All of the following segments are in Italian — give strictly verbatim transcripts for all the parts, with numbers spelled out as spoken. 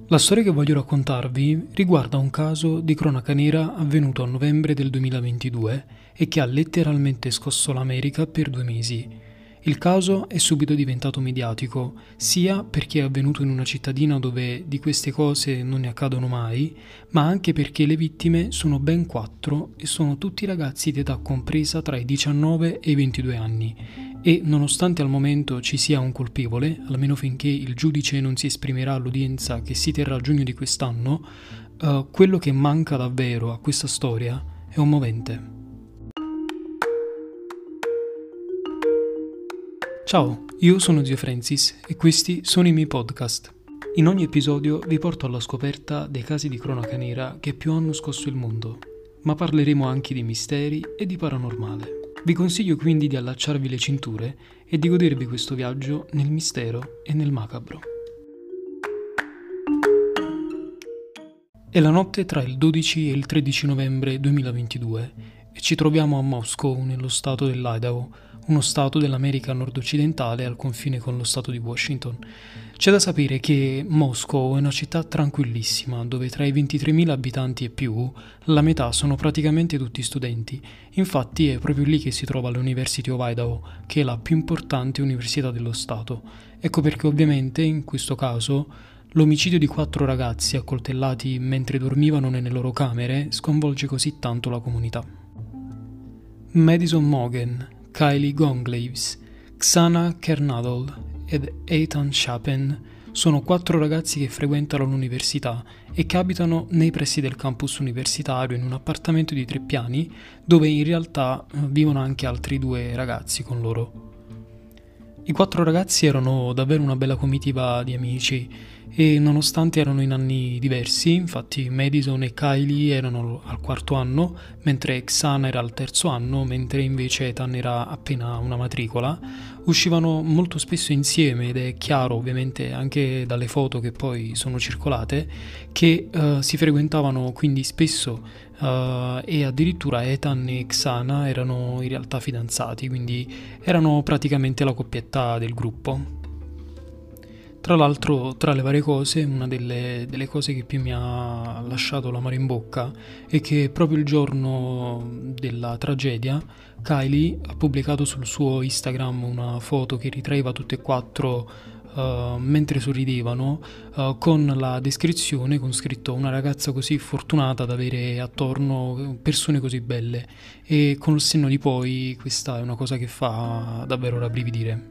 La storia che voglio raccontarvi riguarda un caso di cronaca nera avvenuto a novembre del duemilaventidue e che ha letteralmente scosso l'America per due mesi. Il caso è subito diventato mediatico, sia perché è avvenuto in una cittadina dove di queste cose non ne accadono mai, ma anche perché le vittime sono ben quattro e sono tutti ragazzi di età compresa tra i diciannove e i ventidue anni. E nonostante al momento ci sia un colpevole, almeno finché il giudice non si esprimerà all'udienza che si terrà a giugno di quest'anno, uh, quello che manca davvero a questa storia è un movente. Ciao, io sono Zio Francis e questi sono i miei podcast. In ogni episodio vi porto alla scoperta dei casi di cronaca nera che più hanno scosso il mondo, ma parleremo anche di misteri e di paranormale. Vi consiglio quindi di allacciarvi le cinture e di godervi questo viaggio nel mistero e nel macabro. È la notte tra il dodici e il tredici novembre duemilaventidue e ci troviamo a Moscow, nello stato dell'Idaho, uno stato dell'America nord-occidentale al confine con lo stato di Washington. C'è da sapere che Moscow è una città tranquillissima, dove tra i ventitremila abitanti e più, la metà sono praticamente tutti studenti. Infatti è proprio lì che si trova l'University of Idaho, che è la più importante università dello stato. Ecco perché ovviamente, in questo caso, l'omicidio di quattro ragazzi accoltellati mentre dormivano nelle loro camere sconvolge così tanto la comunità. Madison Mogen, Kylie Gonglaves, Xana Kernadol ed Ethan Chapin sono quattro ragazzi che frequentano l'università e che abitano nei pressi del campus universitario in un appartamento di tre piani dove in realtà vivono anche altri due ragazzi con loro. I quattro ragazzi erano davvero una bella comitiva di amici e nonostante erano in anni diversi, infatti Madison e Kylie erano al quarto anno, mentre Xana era al terzo anno, mentre invece Ethan era appena una matricola, uscivano molto spesso insieme ed è chiaro ovviamente anche dalle foto che poi sono circolate che uh, si frequentavano quindi spesso uh, e addirittura Ethan e Xana erano in realtà fidanzati, quindi erano praticamente la coppietta del gruppo. Tra l'altro, tra le varie cose, una delle, delle cose che più mi ha lasciato l'amaro in bocca è che proprio il giorno della tragedia Kylie ha pubblicato sul suo Instagram una foto che ritraeva tutte e quattro uh, mentre sorridevano uh, con la descrizione con scritto una ragazza così fortunata ad avere attorno persone così belle, e con il senno di poi questa è una cosa che fa davvero rabbrividire.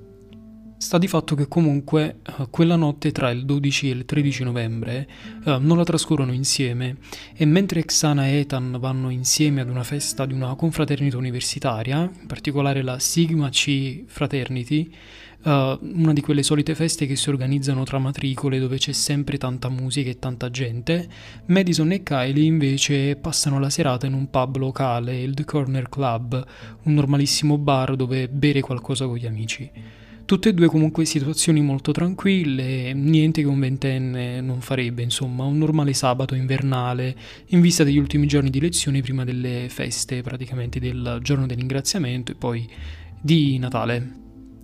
Sta di fatto che comunque uh, quella notte tra il dodici e il tredici novembre uh, non la trascorrono insieme e mentre Xana e Ethan vanno insieme ad una festa di una confraternita universitaria, in particolare la Sigma Chi Fraternity, uh, una di quelle solite feste che si organizzano tra matricole dove c'è sempre tanta musica e tanta gente, Madison e Kylie invece passano la serata in un pub locale, il The Corner Club, un normalissimo bar dove bere qualcosa con gli amici. Tutte e due comunque situazioni molto tranquille, niente che un ventenne non farebbe, insomma, un normale sabato invernale in vista degli ultimi giorni di lezione prima delle feste, praticamente del giorno del ringraziamento e poi di Natale.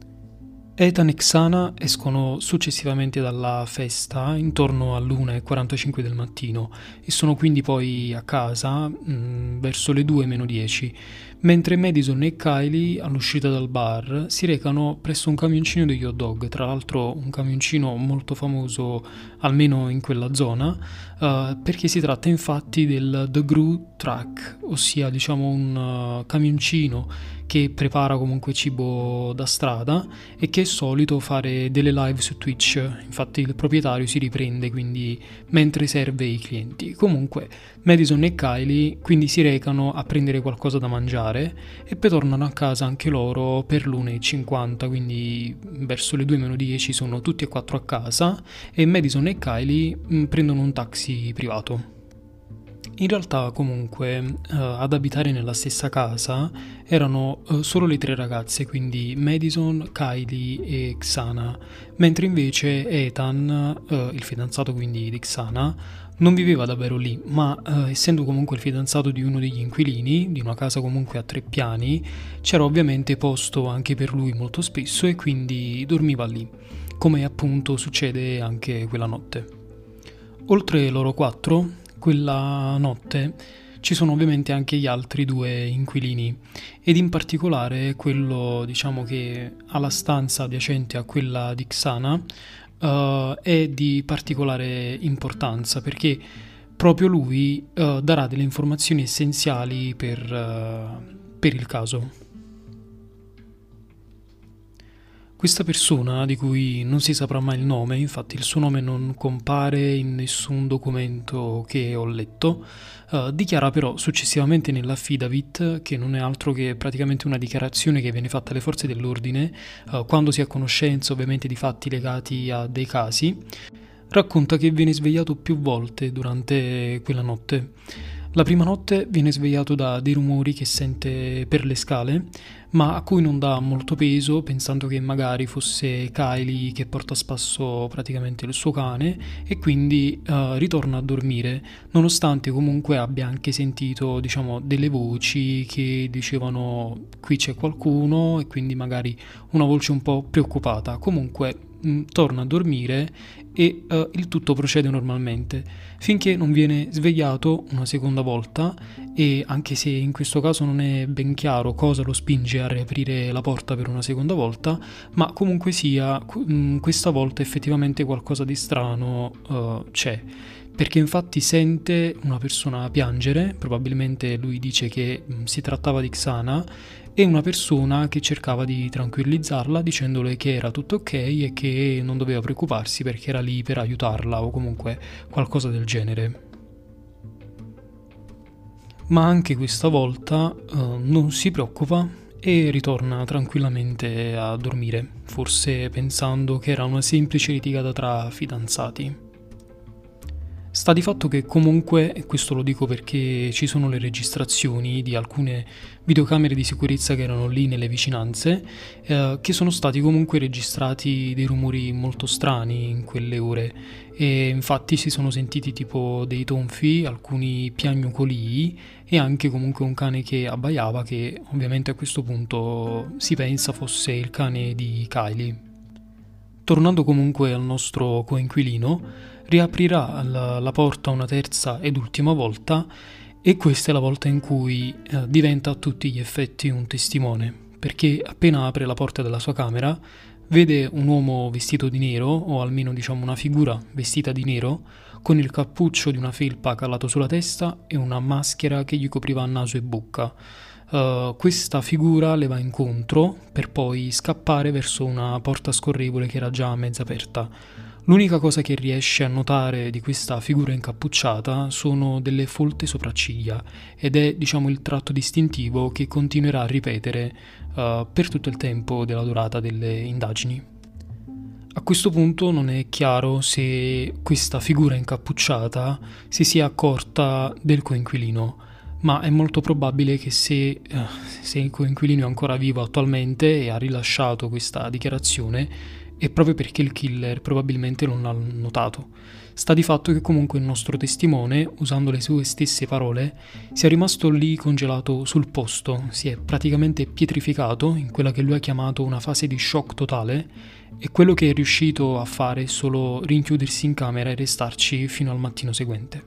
Ethan e Xana escono successivamente dalla festa intorno all'una e quarantacinque del mattino e sono quindi poi a casa mh, verso le due meno dieci, mentre Madison e Kylie all'uscita dal bar si recano presso un camioncino degli hot dog, tra l'altro un camioncino molto famoso almeno in quella zona, uh, perché si tratta infatti del The Grue Truck, ossia diciamo un uh, camioncino che prepara comunque cibo da strada e che è solito fare delle live su Twitch. Infatti il proprietario si riprende quindi mentre serve i clienti. Comunque Madison e Kylie quindi si recano a prendere qualcosa da mangiare e poi tornano a casa anche loro per l'una e cinquanta, quindi verso le due meno dieci sono tutti e quattro a casa e Madison e Kylie mh, prendono un taxi privato. In realtà comunque uh, ad abitare nella stessa casa erano uh, solo le tre ragazze, quindi Madison, Kylie e Xana, mentre invece Ethan, uh, il fidanzato quindi di Xana, non viveva davvero lì, ma uh, essendo comunque il fidanzato di uno degli inquilini, di una casa comunque a tre piani, c'era ovviamente posto anche per lui molto spesso e quindi dormiva lì, come appunto succede anche quella notte. Oltre loro quattro, quella notte ci sono ovviamente anche gli altri due inquilini ed in particolare quello, diciamo, che ha la stanza adiacente a quella di Xana eh, è di particolare importanza perché proprio lui eh, darà delle informazioni essenziali per, eh, per il caso. Questa persona, di cui non si saprà mai il nome, infatti il suo nome non compare in nessun documento che ho letto, eh, dichiara però successivamente nell'affidavit, che non è altro che praticamente una dichiarazione che viene fatta alle forze dell'ordine, eh, quando si ha conoscenza ovviamente di fatti legati a dei casi, racconta che viene svegliato più volte durante quella notte. La prima notte viene svegliato da dei rumori che sente per le scale, ma a cui non dà molto peso, pensando che magari fosse Kylie che porta a spasso praticamente il suo cane e quindi eh, ritorna a dormire, nonostante comunque abbia anche sentito, diciamo, delle voci che dicevano qui c'è qualcuno e quindi magari una voce un po' preoccupata. Comunque mh, torna a dormire e uh, il tutto procede normalmente finché non viene svegliato una seconda volta, e anche se in questo caso non è ben chiaro cosa lo spinge a riaprire la porta per una seconda volta, ma comunque sia mh, questa volta effettivamente qualcosa di strano uh, c'è, perché infatti sente una persona piangere, probabilmente lui dice che mh, si trattava di Xana, e una persona che cercava di tranquillizzarla dicendole che era tutto ok e che non doveva preoccuparsi perché era lì per aiutarla o comunque qualcosa del genere. Ma anche questa volta eh, non si preoccupa e ritorna tranquillamente a dormire, forse pensando che era una semplice litigata tra fidanzati. Sta di fatto che comunque, e questo lo dico perché ci sono le registrazioni di alcune videocamere di sicurezza che erano lì nelle vicinanze, eh, che sono stati comunque registrati dei rumori molto strani in quelle ore, e infatti si sono sentiti tipo dei tonfi, alcuni piagnucolii e anche comunque un cane che abbaiava, che ovviamente a questo punto si pensa fosse il cane di Kylie. Tornando comunque al nostro coinquilino, riaprirà la, la porta una terza ed ultima volta, e questa è la volta in cui eh, diventa a tutti gli effetti un testimone, perché appena apre la porta della sua camera vede un uomo vestito di nero, o almeno diciamo una figura vestita di nero, con il cappuccio di una felpa calato sulla testa e una maschera che gli copriva naso e bocca. Uh, questa figura le va incontro per poi scappare verso una porta scorrevole che era già mezza aperta. L'unica cosa che riesce a notare di questa figura incappucciata sono delle folte sopracciglia, ed è, diciamo, il tratto distintivo che continuerà a ripetere uh, per tutto il tempo della durata delle indagini. A questo punto non è chiaro se questa figura incappucciata si sia accorta del coinquilino, ma è molto probabile che se, se il coinquilino è ancora vivo attualmente e ha rilasciato questa dichiarazione è proprio perché il killer probabilmente non l'ha notato. Sta di fatto che comunque il nostro testimone, usando le sue stesse parole, sia rimasto lì congelato sul posto, si è praticamente pietrificato in quella che lui ha chiamato una fase di shock totale, e quello che è riuscito a fare è solo rinchiudersi in camera e restarci fino al mattino seguente.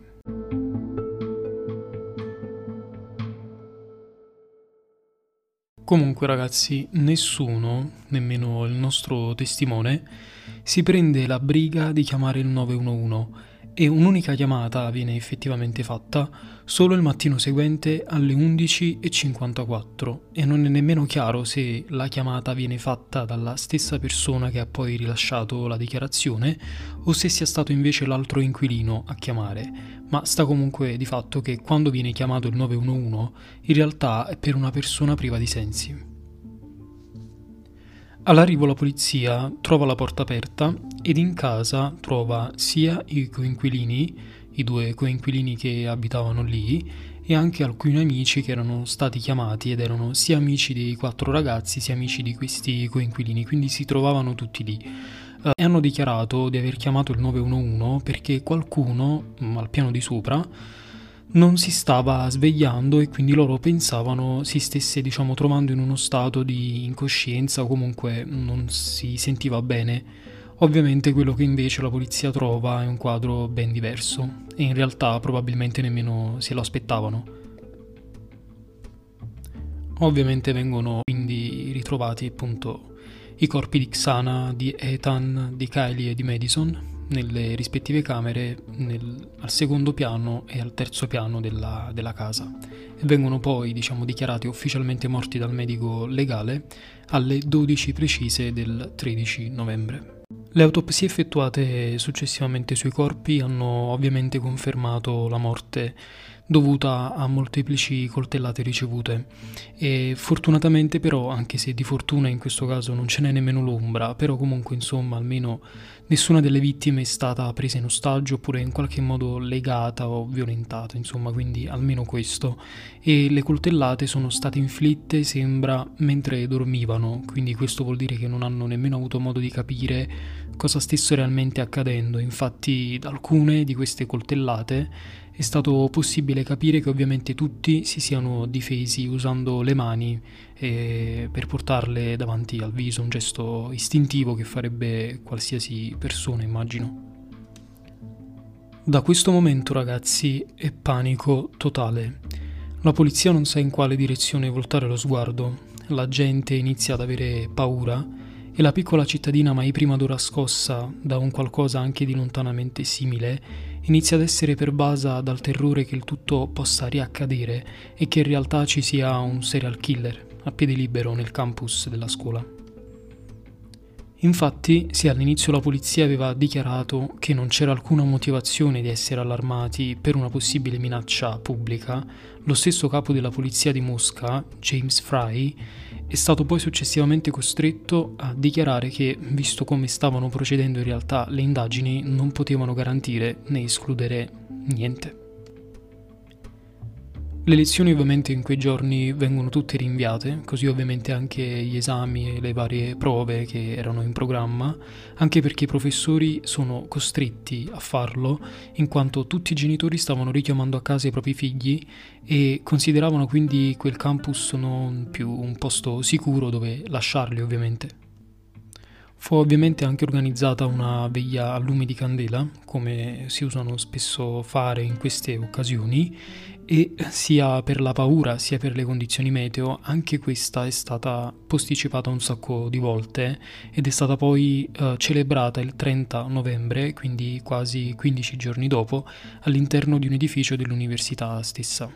Comunque ragazzi, nessuno, nemmeno il nostro testimone, si prende la briga di chiamare il nove uno uno, e un'unica chiamata viene effettivamente fatta solo il mattino seguente alle undici e cinquantaquattro, e non è nemmeno chiaro se la chiamata viene fatta dalla stessa persona che ha poi rilasciato la dichiarazione o se sia stato invece l'altro inquilino a chiamare, ma sta comunque di fatto che quando viene chiamato il nove uno uno in realtà è per una persona priva di sensi. All'arrivo la polizia trova la porta aperta ed in casa trova sia i coinquilini, i due coinquilini che abitavano lì, e anche alcuni amici che erano stati chiamati ed erano sia amici dei quattro ragazzi sia amici di questi coinquilini, quindi si trovavano tutti lì. Uh, e hanno dichiarato di aver chiamato il nove uno uno perché qualcuno mh, al piano di sopra non si stava svegliando e quindi loro pensavano si stesse, diciamo, trovando in uno stato di incoscienza o comunque non si sentiva bene. Ovviamente quello che invece la polizia trova è un quadro ben diverso e in realtà probabilmente nemmeno se lo aspettavano. Ovviamente vengono quindi ritrovati appunto i corpi di Xana, di Ethan, di Kylie e di Madison nelle rispettive camere nel, al secondo piano e al terzo piano della, della casa e vengono poi diciamo dichiarati ufficialmente morti dal medico legale alle dodici precise del tredici novembre. Le autopsie effettuate successivamente sui corpi hanno ovviamente confermato la morte dovuta a molteplici coltellate ricevute e fortunatamente però, anche se di fortuna in questo caso non ce n'è nemmeno l'ombra, però comunque insomma almeno nessuna delle vittime è stata presa in ostaggio oppure in qualche modo legata o violentata, insomma, quindi almeno questo. E le coltellate sono state inflitte, sembra, mentre dormivano, quindi questo vuol dire che non hanno nemmeno avuto modo di capire cosa stesse realmente accadendo. Infatti da alcune di queste coltellate è stato possibile capire che ovviamente tutti si siano difesi usando le mani eh, per portarle davanti al viso, un gesto istintivo che farebbe qualsiasi persona, immagino. Da questo momento, ragazzi, è panico totale. La polizia non sa in quale direzione voltare lo sguardo, la gente inizia ad avere paura e la piccola cittadina mai prima d'ora scossa da un qualcosa anche di lontanamente simile inizia ad essere pervasa dal terrore che il tutto possa riaccadere e che in realtà ci sia un serial killer a piede libero nel campus della scuola. Infatti, se all'inizio la polizia aveva dichiarato che non c'era alcuna motivazione di essere allarmati per una possibile minaccia pubblica, lo stesso capo della polizia di Mosca, James Fry, è stato poi successivamente costretto a dichiarare che, visto come stavano procedendo in realtà le indagini, non potevano garantire né escludere niente. Le lezioni ovviamente in quei giorni vengono tutte rinviate, così ovviamente anche gli esami e le varie prove che erano in programma, anche perché i professori sono costretti a farlo, in quanto tutti i genitori stavano richiamando a casa i propri figli e consideravano quindi quel campus non più un posto sicuro dove lasciarli, ovviamente. Fu ovviamente anche organizzata una veglia a lume di candela, come si usano spesso fare in queste occasioni, e sia per la paura sia per le condizioni meteo, anche questa è stata posticipata un sacco di volte ed è stata poi eh, celebrata il trenta novembre, quindi quasi quindici giorni dopo, all'interno di un edificio dell'università stessa.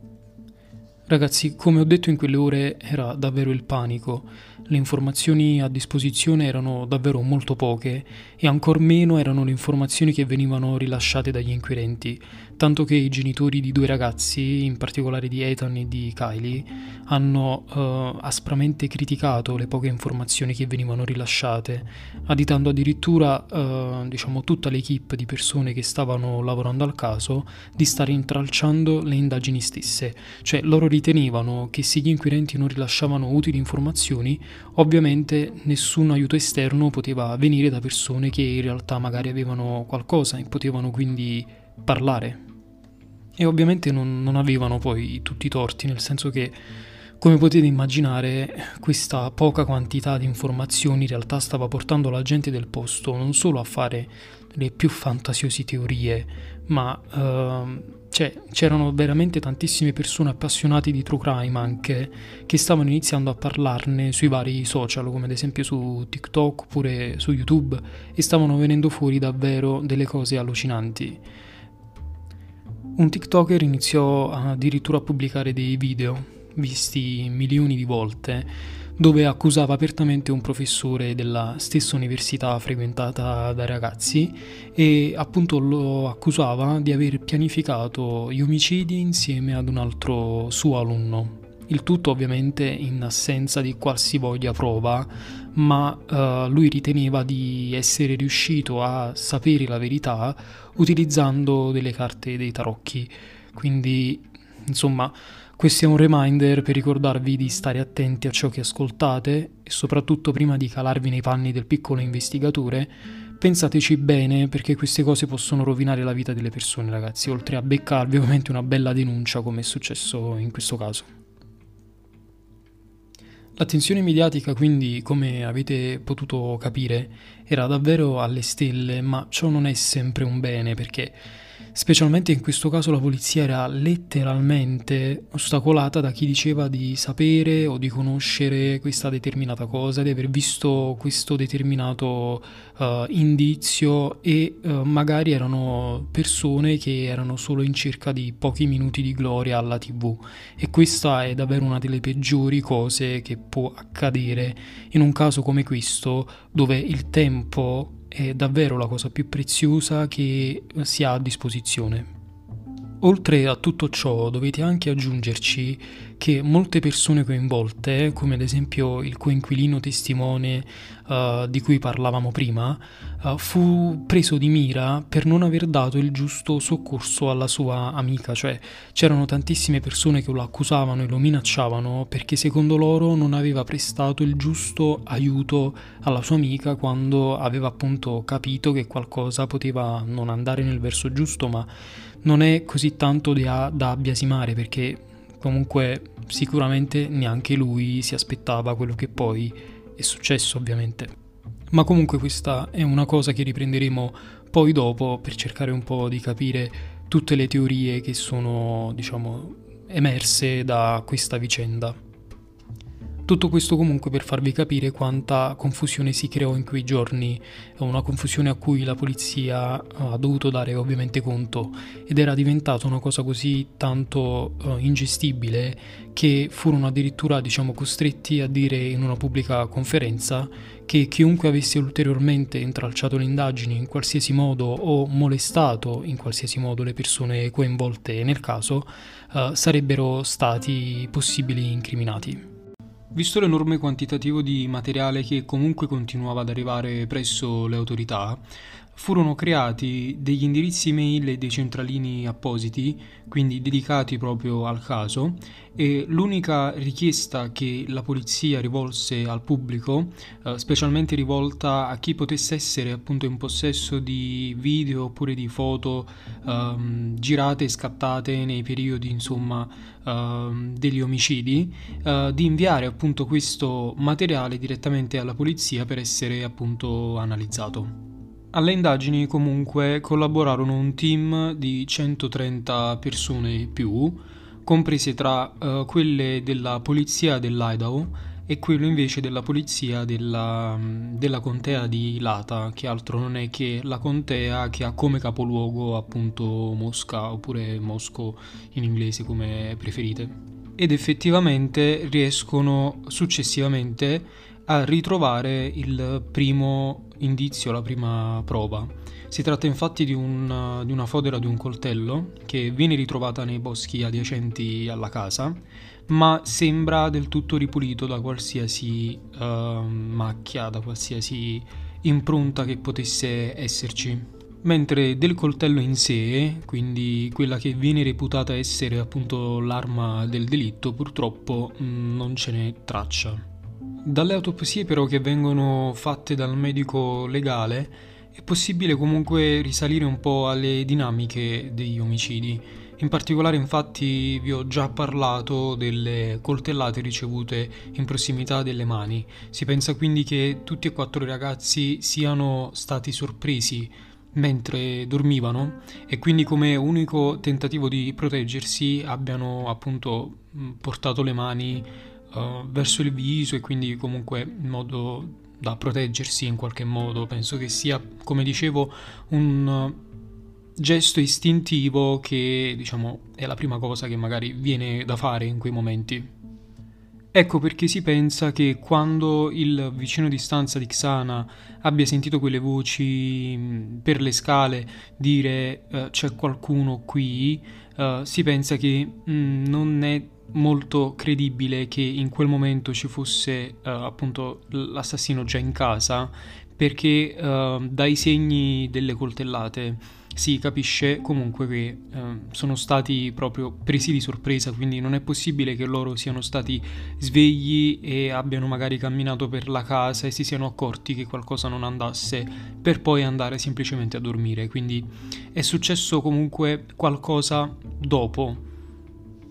Ragazzi, come ho detto in quelle ore era davvero il panico, le informazioni a disposizione erano davvero molto poche e ancor meno erano le informazioni che venivano rilasciate dagli inquirenti, tanto che i genitori di due ragazzi, in particolare di Ethan e di Kylie, hanno eh, aspramente criticato le poche informazioni che venivano rilasciate, additando addirittura eh, diciamo, tutta l'equipe di persone che stavano lavorando al caso di stare intralciando le indagini stesse, cioè loro ritenevano che se gli inquirenti non rilasciavano utili informazioni, ovviamente nessun aiuto esterno poteva venire da persone che in realtà magari avevano qualcosa e potevano quindi parlare. E ovviamente non, non avevano poi tutti i torti, nel senso che, come potete immaginare, questa poca quantità di informazioni in realtà stava portando la gente del posto non solo a fare le più fantasiose teorie, ma uh, cioè, c'erano veramente tantissime persone appassionate di true crime anche, che stavano iniziando a parlarne sui vari social, come ad esempio su TikTok oppure su YouTube, e stavano venendo fuori davvero delle cose allucinanti. Un TikToker iniziò addirittura a pubblicare dei video, visti milioni di volte, dove accusava apertamente un professore della stessa università frequentata dai ragazzi e appunto lo accusava di aver pianificato gli omicidi insieme ad un altro suo alunno. Il tutto ovviamente in assenza di qualsivoglia prova, ma uh, lui riteneva di essere riuscito a sapere la verità utilizzando delle carte dei tarocchi. Quindi, insomma, questo è un reminder per ricordarvi di stare attenti a ciò che ascoltate e soprattutto prima di calarvi nei panni del piccolo investigatore, pensateci bene perché queste cose possono rovinare la vita delle persone, ragazzi, oltre a beccarvi ovviamente una bella denuncia come è successo in questo caso. L'attenzione mediatica, quindi, come avete potuto capire, era davvero alle stelle, ma ciò non è sempre un bene, perché specialmente in questo caso la polizia era letteralmente ostacolata da chi diceva di sapere o di conoscere questa determinata cosa, di aver visto questo determinato uh, indizio e uh, magari erano persone che erano solo in cerca di pochi minuti di gloria alla tivù, e questa è davvero una delle peggiori cose che può accadere in un caso come questo, dove il tempo è davvero la cosa più preziosa che si ha a disposizione. Oltre a tutto ciò, dovete anche aggiungerci che molte persone coinvolte, come ad esempio il coinquilino testimone uh, di cui parlavamo prima, uh, fu preso di mira per non aver dato il giusto soccorso alla sua amica, cioè c'erano tantissime persone che lo accusavano e lo minacciavano perché secondo loro non aveva prestato il giusto aiuto alla sua amica quando aveva appunto capito che qualcosa poteva non andare nel verso giusto, ma non è così tanto da, da biasimare, perché comunque sicuramente neanche lui si aspettava quello che poi è successo, ovviamente. Ma comunque questa è una cosa che riprenderemo poi dopo per cercare un po' di capire tutte le teorie che sono, diciamo, emerse da questa vicenda. Tutto questo comunque per farvi capire quanta confusione si creò in quei giorni, una confusione a cui la polizia ha dovuto dare ovviamente conto, ed era diventata una cosa così tanto uh, ingestibile che furono addirittura, diciamo, costretti a dire in una pubblica conferenza che chiunque avesse ulteriormente intralciato le indagini in qualsiasi modo o molestato in qualsiasi modo le persone coinvolte nel caso uh, sarebbero stati possibili incriminati. Visto l'enorme quantitativo di materiale che comunque continuava ad arrivare presso le autorità, furono creati degli indirizzi email e dei centralini appositi, quindi dedicati proprio al caso, e l'unica richiesta che la polizia rivolse al pubblico, eh, specialmente rivolta a chi potesse essere appunto in possesso di video oppure di foto ehm, girate e scattate nei periodi, insomma, ehm, degli omicidi, eh, di inviare appunto questo materiale direttamente alla polizia per essere appunto analizzato. Alle indagini comunque collaborarono un team di centotrenta persone più, comprese tra uh, quelle della polizia dell'Idaho e quello invece della polizia della, della contea di Lata, che altro non è che la contea che ha come capoluogo appunto Mosca, oppure Moscow in inglese come preferite. Ed effettivamente riescono successivamente a ritrovare il primo indizio, la prima prova. Si tratta infatti di, un, di una fodera di un coltello che viene ritrovata nei boschi adiacenti alla casa, ma sembra del tutto ripulito da qualsiasi uh, macchia, da qualsiasi impronta che potesse esserci. Mentre del coltello in sé, quindi quella che viene reputata essere appunto l'arma del delitto, purtroppo mh, non ce n'è traccia. Dalle autopsie però che vengono fatte dal medico legale è possibile comunque risalire un po' alle dinamiche degli omicidi. In particolare infatti vi ho già parlato delle coltellate ricevute in prossimità delle mani. Si pensa quindi che tutti e quattro i ragazzi siano stati sorpresi mentre dormivano e quindi come unico tentativo di proteggersi abbiano appunto portato le mani Uh, verso il viso e quindi comunque in modo da proteggersi in qualche modo. Penso che sia, come dicevo, un uh, gesto istintivo che, diciamo, è la prima cosa che magari viene da fare in quei momenti. Ecco perché si pensa che quando il vicino di stanza di Xana abbia sentito quelle voci per le scale dire uh, c'è qualcuno qui, uh, si pensa che mh, non è molto credibile che in quel momento ci fosse uh, appunto l'assassino già in casa, perché uh, dai segni delle coltellate si capisce comunque che uh, sono stati proprio presi di sorpresa, quindi non è possibile che loro siano stati svegli e abbiano magari camminato per la casa e si siano accorti che qualcosa non andasse per poi andare semplicemente a dormire, quindi è successo comunque qualcosa dopo.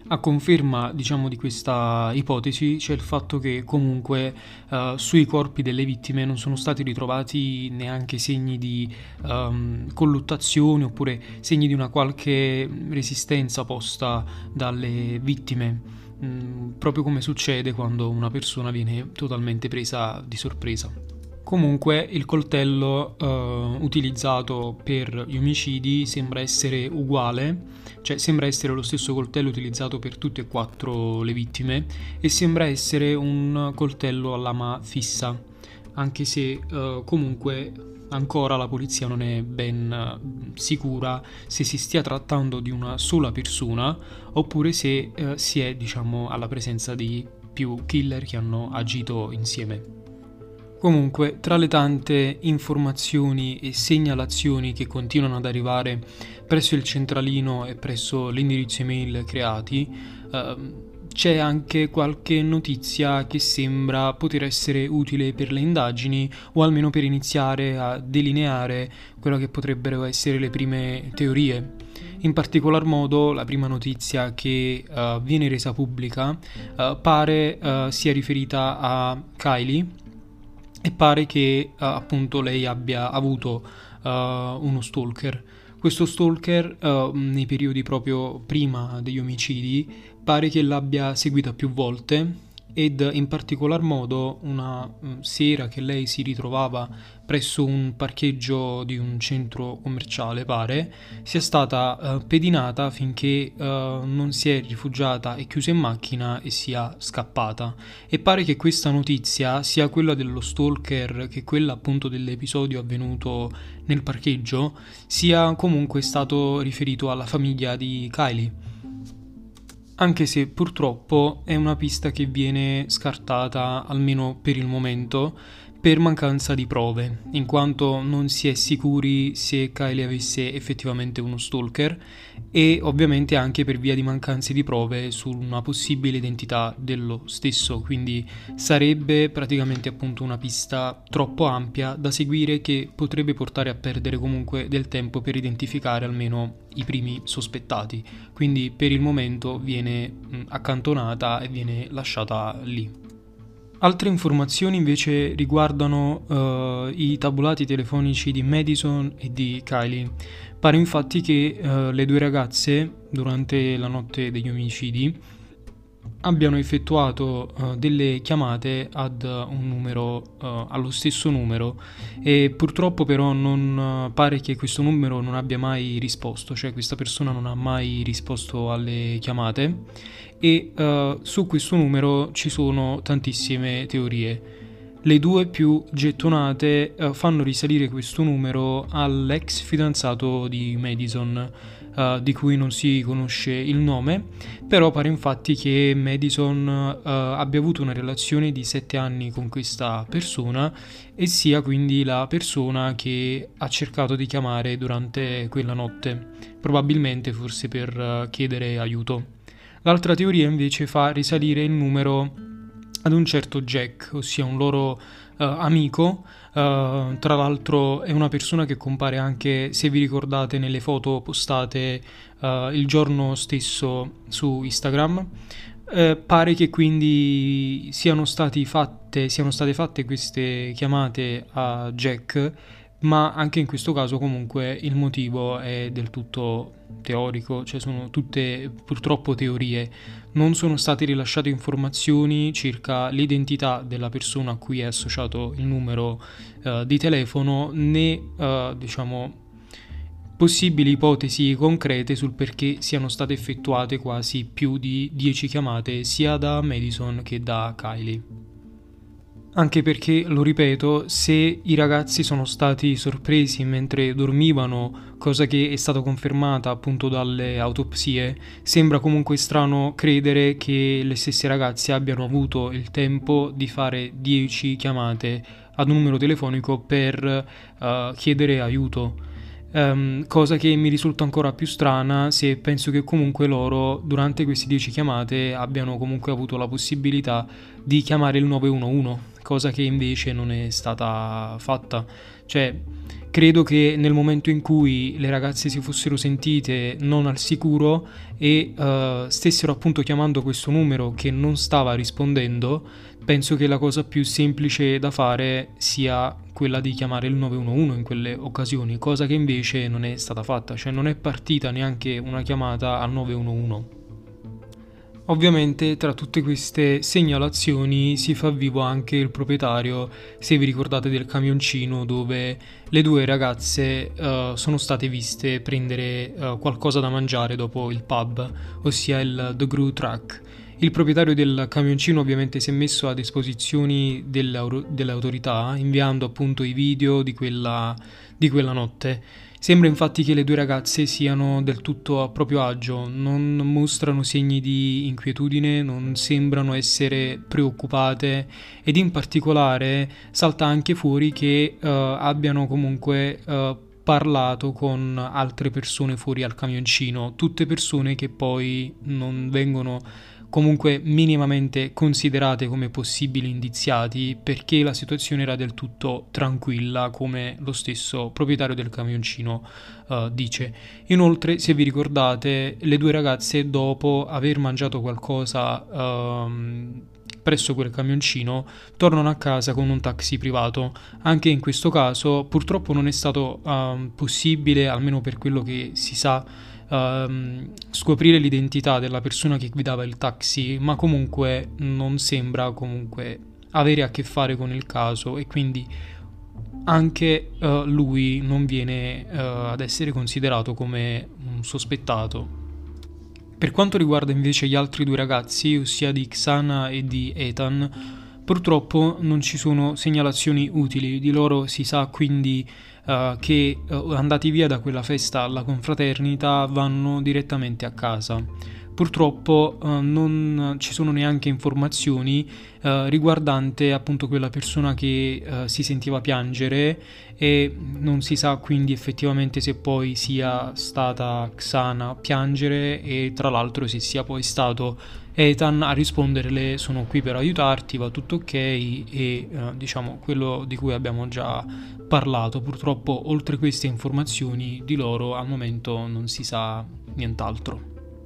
A conferma, diciamo, di questa ipotesi c'è il fatto che comunque uh, sui corpi delle vittime non sono stati ritrovati neanche segni di um, colluttazione oppure segni di una qualche resistenza posta dalle vittime, mm, proprio come succede quando una persona viene totalmente presa di sorpresa. Comunque il coltello uh, utilizzato per gli omicidi sembra essere uguale, cioè sembra essere lo stesso coltello utilizzato per tutte e quattro le vittime e sembra essere un coltello a lama fissa, anche se uh, comunque ancora la polizia non è ben uh, sicura se si stia trattando di una sola persona oppure se uh, si è, diciamo, alla presenza di più killer che hanno agito insieme. Comunque, tra le tante informazioni e segnalazioni che continuano ad arrivare presso il centralino e presso l'indirizzo email creati, eh, c'è anche qualche notizia che sembra poter essere utile per le indagini o almeno per iniziare a delineare quello che potrebbero essere le prime teorie. In particolar modo la prima notizia che uh, viene resa pubblica uh, pare uh, sia riferita a Kylie, e pare che uh, appunto lei abbia avuto uh, uno stalker. Questo stalker uh, nei periodi proprio prima degli omicidi pare che l'abbia seguita più volte ed in particolar modo una um, sera che lei si ritrovava presso un parcheggio di un centro commerciale, pare, sia stata uh, pedinata finché uh, non si è rifugiata e chiusa in macchina e sia scappata. E pare che questa notizia, sia quella dello stalker che quella appunto dell'episodio avvenuto nel parcheggio, sia comunque stato riferito alla famiglia di Kylie. Anche se purtroppo è una pista che viene scartata, almeno per il momento, per mancanza di prove, in quanto non si è sicuri se Kylie avesse effettivamente uno stalker e ovviamente anche per via di mancanze di prove su una possibile identità dello stesso, quindi sarebbe praticamente appunto una pista troppo ampia da seguire che potrebbe portare a perdere comunque del tempo per identificare almeno i primi sospettati, quindi per il momento viene accantonata e viene lasciata lì. Altre informazioni invece riguardano uh, i tabulati telefonici di Madison e di Kylie. Pare infatti che uh, le due ragazze, durante la notte degli omicidi, abbiano effettuato uh, delle chiamate ad un numero, uh, allo stesso numero, e purtroppo però non uh, pare che questo numero non abbia mai risposto, cioè questa persona non ha mai risposto alle chiamate e uh, su questo numero ci sono tantissime teorie. Le due più gettonate uh, fanno risalire questo numero all'ex fidanzato di Madison, uh, di cui non si conosce il nome, però pare infatti che Madison uh, abbia avuto una relazione di sette anni con questa persona e sia quindi la persona che ha cercato di chiamare durante quella notte, probabilmente forse per uh, chiedere aiuto. L'altra teoria invece fa risalire il numero ad un certo Jack, ossia un loro uh, amico, uh, tra l'altro è una persona che compare anche, se vi ricordate, nelle foto postate uh, il giorno stesso su Instagram. Uh, pare che quindi siano stati fatte, siano state fatte queste chiamate a Jack, ma anche in questo caso comunque il motivo è del tutto teorico, cioè sono tutte purtroppo teorie. Non sono state rilasciate informazioni circa l'identità della persona a cui è associato il numero uh, di telefono, né uh, diciamo possibili ipotesi concrete sul perché siano state effettuate quasi più di dieci chiamate sia da Madison che da Kylie. Anche perché, lo ripeto, se i ragazzi sono stati sorpresi mentre dormivano, cosa che è stata confermata appunto dalle autopsie, sembra comunque strano credere che le stesse ragazze abbiano avuto il tempo di fare dieci chiamate ad un numero telefonico per uh, chiedere aiuto. Um, cosa che mi risulta ancora più strana se penso che comunque loro durante queste dieci chiamate abbiano comunque avuto la possibilità di chiamare il nove uno uno, cosa che invece non è stata fatta. Cioè, credo che nel momento in cui le ragazze si fossero sentite non al sicuro e uh, stessero appunto chiamando questo numero che non stava rispondendo, penso che la cosa più semplice da fare sia quella di chiamare il nove uno uno in quelle occasioni, cosa che invece non è stata fatta, cioè non è partita neanche una chiamata al nove uno uno. Ovviamente tra tutte queste segnalazioni si fa vivo anche il proprietario, se vi ricordate, del camioncino dove le due ragazze uh, sono state viste prendere uh, qualcosa da mangiare dopo il pub, ossia il The Grue Truck. Il proprietario del camioncino ovviamente si è messo a disposizione delle, delle autorità, inviando appunto i video di quella, di quella notte. Sembra infatti che le due ragazze siano del tutto a proprio agio, non mostrano segni di inquietudine, non sembrano essere preoccupate ed in particolare salta anche fuori che uh, abbiano comunque uh, parlato con altre persone fuori al camioncino, tutte persone che poi non vengono comunque minimamente considerate come possibili indiziati, perché la situazione era del tutto tranquilla, come lo stesso proprietario del camioncino uh, dice. Inoltre, se vi ricordate, le due ragazze, dopo aver mangiato qualcosa uh, presso quel camioncino, tornano a casa con un taxi privato. Anche in questo caso purtroppo non è stato uh, possibile, almeno per quello che si sa, Uh, scoprire l'identità della persona che guidava il taxi, ma comunque non sembra comunque avere a che fare con il caso e quindi anche uh, lui non viene uh, ad essere considerato come un sospettato. Per quanto riguarda invece gli altri due ragazzi, ossia di Xana e di Ethan, purtroppo non ci sono segnalazioni utili. Di loro si sa quindi uh, che uh, andati via da quella festa alla confraternita vanno direttamente a casa. Purtroppo uh, non ci sono neanche informazioni uh, riguardante appunto quella persona che uh, si sentiva piangere e non si sa quindi effettivamente se poi sia stata Xana a piangere e tra l'altro se sia poi stato Ethan a risponderle sono qui per aiutarti, va tutto ok e eh, diciamo quello di cui abbiamo già parlato. Purtroppo oltre queste informazioni di loro al momento non si sa nient'altro.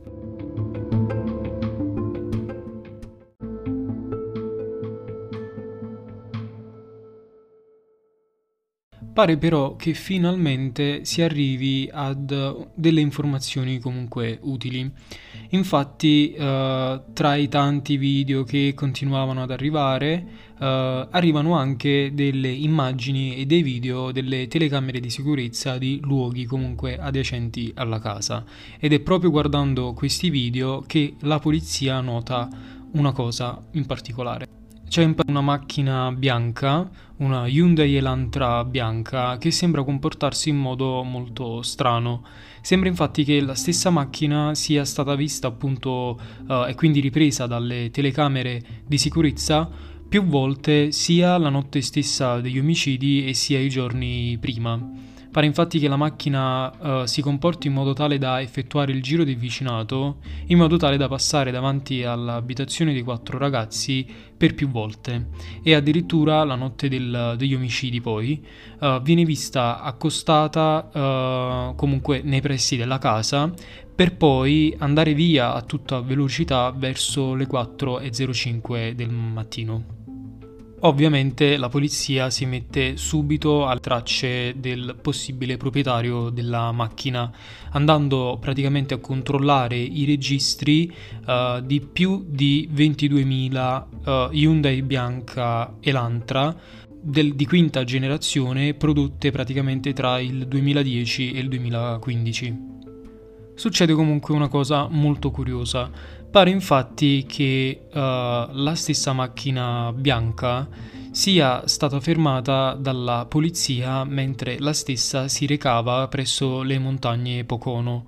Pare però che finalmente si arrivi ad delle informazioni comunque utili. Infatti, eh, tra i tanti video che continuavano ad arrivare, eh, arrivano anche delle immagini e dei video delle telecamere di sicurezza di luoghi comunque adiacenti alla casa. Ed è proprio guardando questi video che la polizia nota una cosa in particolare. C'è una macchina bianca, una Hyundai Elantra bianca, che sembra comportarsi in modo molto strano. Sembra infatti che la stessa macchina sia stata vista appunto uh, e quindi ripresa dalle telecamere di sicurezza più volte sia la notte stessa degli omicidi e sia i giorni prima. Pare infatti che la macchina uh, si comporti in modo tale da effettuare il giro del vicinato, in modo tale da passare davanti all'abitazione dei quattro ragazzi per più volte. E addirittura la notte del, degli omicidi poi uh, viene vista accostata uh, comunque nei pressi della casa per poi andare via a tutta velocità verso le quattro e zero cinque del mattino. Ovviamente la polizia si mette subito alle tracce del possibile proprietario della macchina, andando praticamente a controllare i registri uh, di più di ventiduemila uh, Hyundai bianca Elantra del, di quinta generazione prodotte praticamente tra il duemiladieci e il duemilaquindici. Succede comunque una cosa molto curiosa. Pare infatti che uh, la stessa macchina bianca sia stata fermata dalla polizia mentre la stessa si recava presso le montagne Pocono.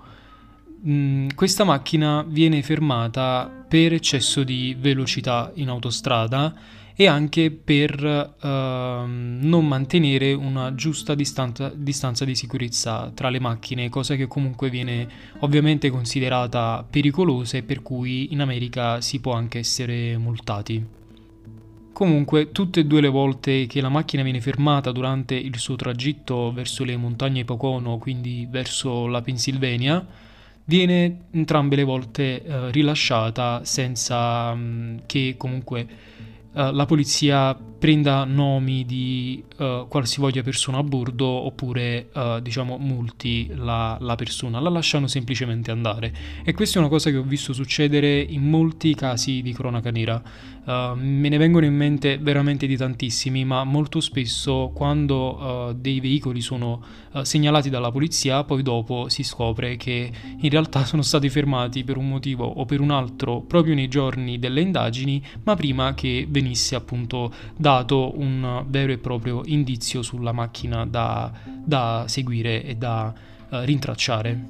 Mm, questa macchina viene fermata per eccesso di velocità in autostrada e anche per uh, non mantenere una giusta distanza, distanza di sicurezza tra le macchine, cosa che comunque viene ovviamente considerata pericolosa e per cui in America si può anche essere multati. Comunque, tutte e due le volte che la macchina viene fermata durante il suo tragitto verso le montagne Pocono, quindi verso la Pennsylvania, viene entrambe le volte eh, rilasciata senza mh, che comunque eh, la polizia prenda nomi di eh, qualsivoglia persona a bordo oppure eh, diciamo multi la, la persona, la lasciano semplicemente andare. E questa è una cosa che ho visto succedere in molti casi di cronaca nera. Uh, me ne vengono in mente veramente di tantissimi, ma molto spesso quando uh, dei veicoli sono uh, segnalati dalla polizia, poi dopo si scopre che in realtà sono stati fermati per un motivo o per un altro proprio nei giorni delle indagini, ma prima che venisse appunto dato un vero e proprio indizio sulla macchina da, da seguire e da uh, rintracciare.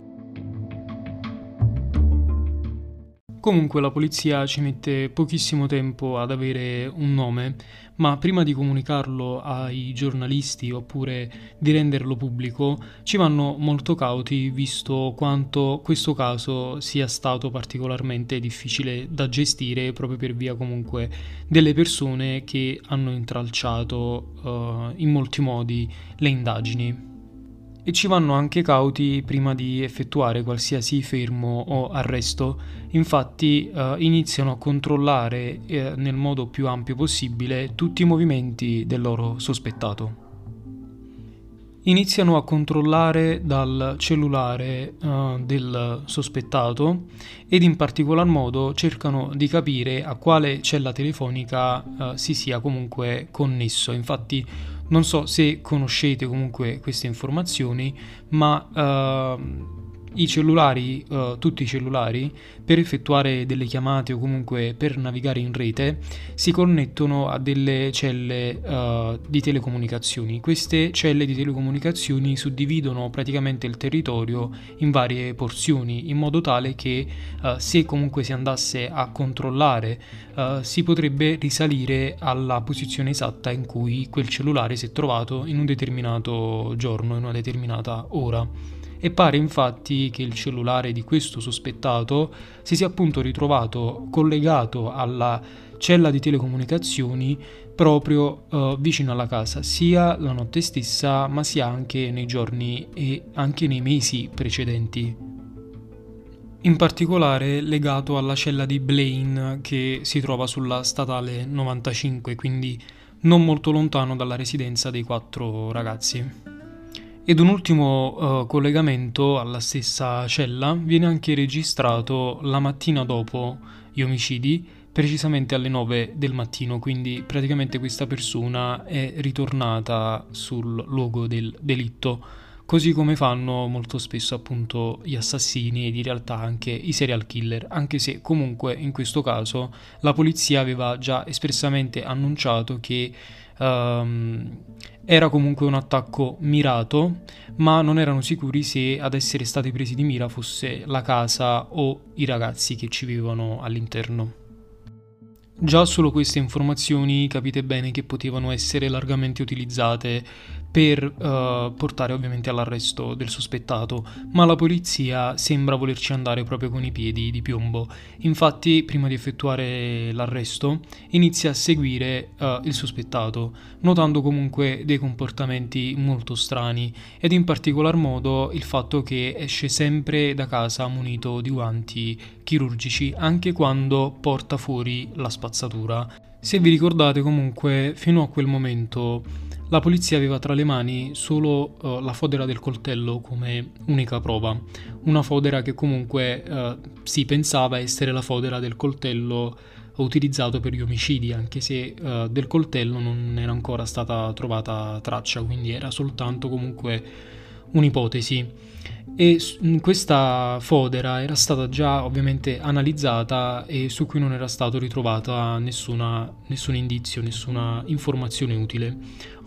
Comunque la polizia ci mette pochissimo tempo ad avere un nome, ma prima di comunicarlo ai giornalisti oppure di renderlo pubblico ci vanno molto cauti, visto quanto questo caso sia stato particolarmente difficile da gestire proprio per via comunque delle persone che hanno intralciato uh, in molti modi le indagini. E ci vanno anche cauti prima di effettuare qualsiasi fermo o arresto. Infatti eh, iniziano a controllare eh, nel modo più ampio possibile tutti i movimenti del loro sospettato. Iniziano a controllare dal cellulare uh, del sospettato ed in particolar modo cercano di capire a quale cella telefonica uh, si sia comunque connesso. Infatti non so se conoscete comunque queste informazioni, ma uh, i cellulari, uh, tutti i cellulari, per effettuare delle chiamate o comunque per navigare in rete, si connettono a delle celle uh, di telecomunicazioni. Queste celle di telecomunicazioni suddividono praticamente il territorio in varie porzioni, in modo tale che uh, se comunque si andasse a controllare, uh, si potrebbe risalire alla posizione esatta in cui quel cellulare si è trovato in un determinato giorno, in una determinata ora. E pare infatti che il cellulare di questo sospettato si sia appunto ritrovato collegato alla cella di telecomunicazioni proprio uh, vicino alla casa, sia la notte stessa ma sia anche nei giorni e anche nei mesi precedenti. In particolare legato alla cella di Blaine che si trova sulla statale novantacinque, quindi non molto lontano dalla residenza dei quattro ragazzi. Ed un ultimo uh, collegamento alla stessa cella viene anche registrato la mattina dopo gli omicidi, precisamente alle nove del mattino, quindi praticamente questa persona è ritornata sul luogo del delitto, così come fanno molto spesso appunto gli assassini ed in realtà anche i serial killer, anche se comunque in questo caso la polizia aveva già espressamente annunciato che um, era comunque un attacco mirato, ma non erano sicuri se ad essere stati presi di mira fosse la casa o i ragazzi che ci vivevano all'interno. Già solo queste informazioni capite bene che potevano essere largamente utilizzate per uh, portare ovviamente all'arresto del sospettato, ma la polizia sembra volerci andare proprio con i piedi di piombo. Infatti, prima di effettuare l'arresto, inizia a seguire uh, il sospettato, notando comunque dei comportamenti molto strani ed in particolar modo il fatto che esce sempre da casa munito di guanti chirurgici anche quando porta fuori la spazzatura. Se vi ricordate comunque, fino a quel momento la polizia aveva tra le mani solo uh, la fodera del coltello come unica prova, una fodera che comunque uh, si pensava essere la fodera del coltello utilizzato per gli omicidi, anche se uh, del coltello non era ancora stata trovata traccia, quindi era soltanto comunque un'ipotesi. E questa fodera era stata già ovviamente analizzata e su cui non era stato ritrovata nessuna, nessun indizio, nessuna informazione utile.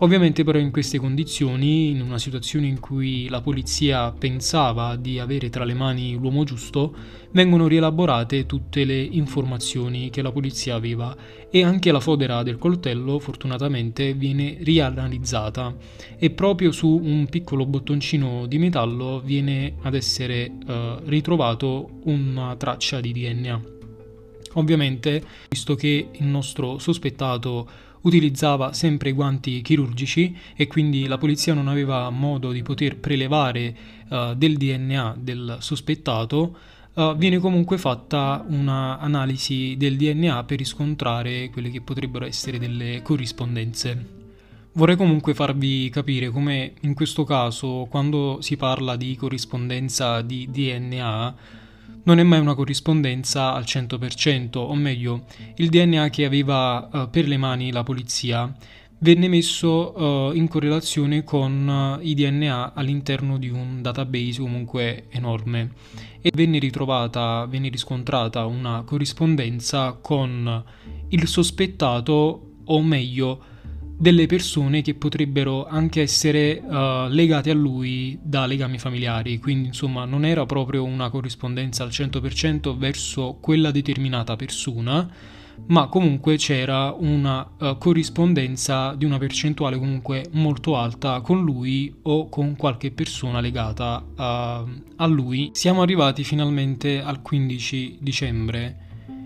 Ovviamente però in queste condizioni, in una situazione in cui la polizia pensava di avere tra le mani l'uomo giusto, vengono rielaborate tutte le informazioni che la polizia aveva e anche la fodera del coltello fortunatamente viene rianalizzata e proprio su un piccolo bottoncino di metallo viene ad essere eh, ritrovato una traccia di D N A. Ovviamente, visto che il nostro sospettato utilizzava sempre i guanti chirurgici e quindi la polizia non aveva modo di poter prelevare uh, del D N A del sospettato, uh, viene comunque fatta una analisi del D N A per riscontrare quelle che potrebbero essere delle corrispondenze. Vorrei comunque farvi capire come in questo caso, quando si parla di corrispondenza di D N A, non è mai una corrispondenza al cento per cento, o meglio, il D N A che aveva uh, per le mani la polizia venne messo uh, in correlazione con uh, i D N A all'interno di un database comunque enorme e venne ritrovata, venne riscontrata una corrispondenza con il sospettato, o meglio, delle persone che potrebbero anche essere uh, legate a lui da legami familiari, quindi insomma non era proprio una corrispondenza al cento per cento verso quella determinata persona, ma comunque c'era una uh, corrispondenza di una percentuale comunque molto alta con lui o con qualche persona legata a, a lui. Siamo arrivati finalmente al quindici dicembre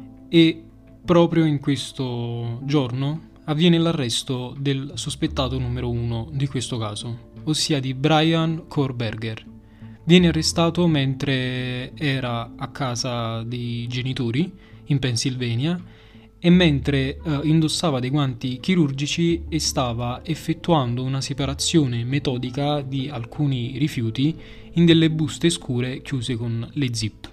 e proprio in questo giorno avviene l'arresto del sospettato numero uno di questo caso, ossia di Brian Kohlberger. Viene arrestato mentre era a casa dei genitori in Pennsylvania e mentre eh, indossava dei guanti chirurgici e stava effettuando una separazione metodica di alcuni rifiuti in delle buste scure chiuse con le zip.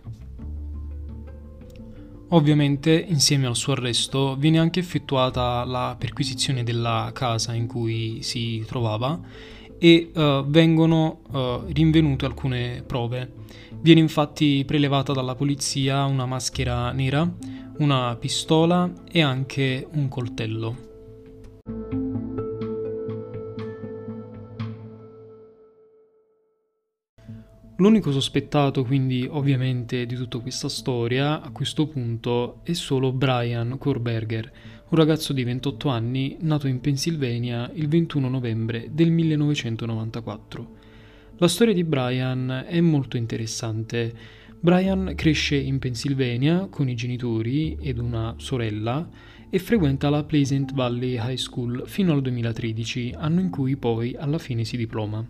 Ovviamente, insieme al suo arresto, viene anche effettuata la perquisizione della casa in cui si trovava e uh, vengono uh, rinvenute alcune prove. Viene infatti prelevata dalla polizia una maschera nera, una pistola e anche un coltello. L'unico sospettato quindi ovviamente di tutta questa storia a questo punto è solo Brian Kohlberger, un ragazzo di ventotto anni nato in Pennsylvania il ventuno novembre del millenovecentonovantaquattro. La storia di Brian è molto interessante. Brian cresce in Pennsylvania con i genitori ed una sorella e frequenta la Pleasant Valley High School fino al duemilatredici, anno in cui poi alla fine si diploma.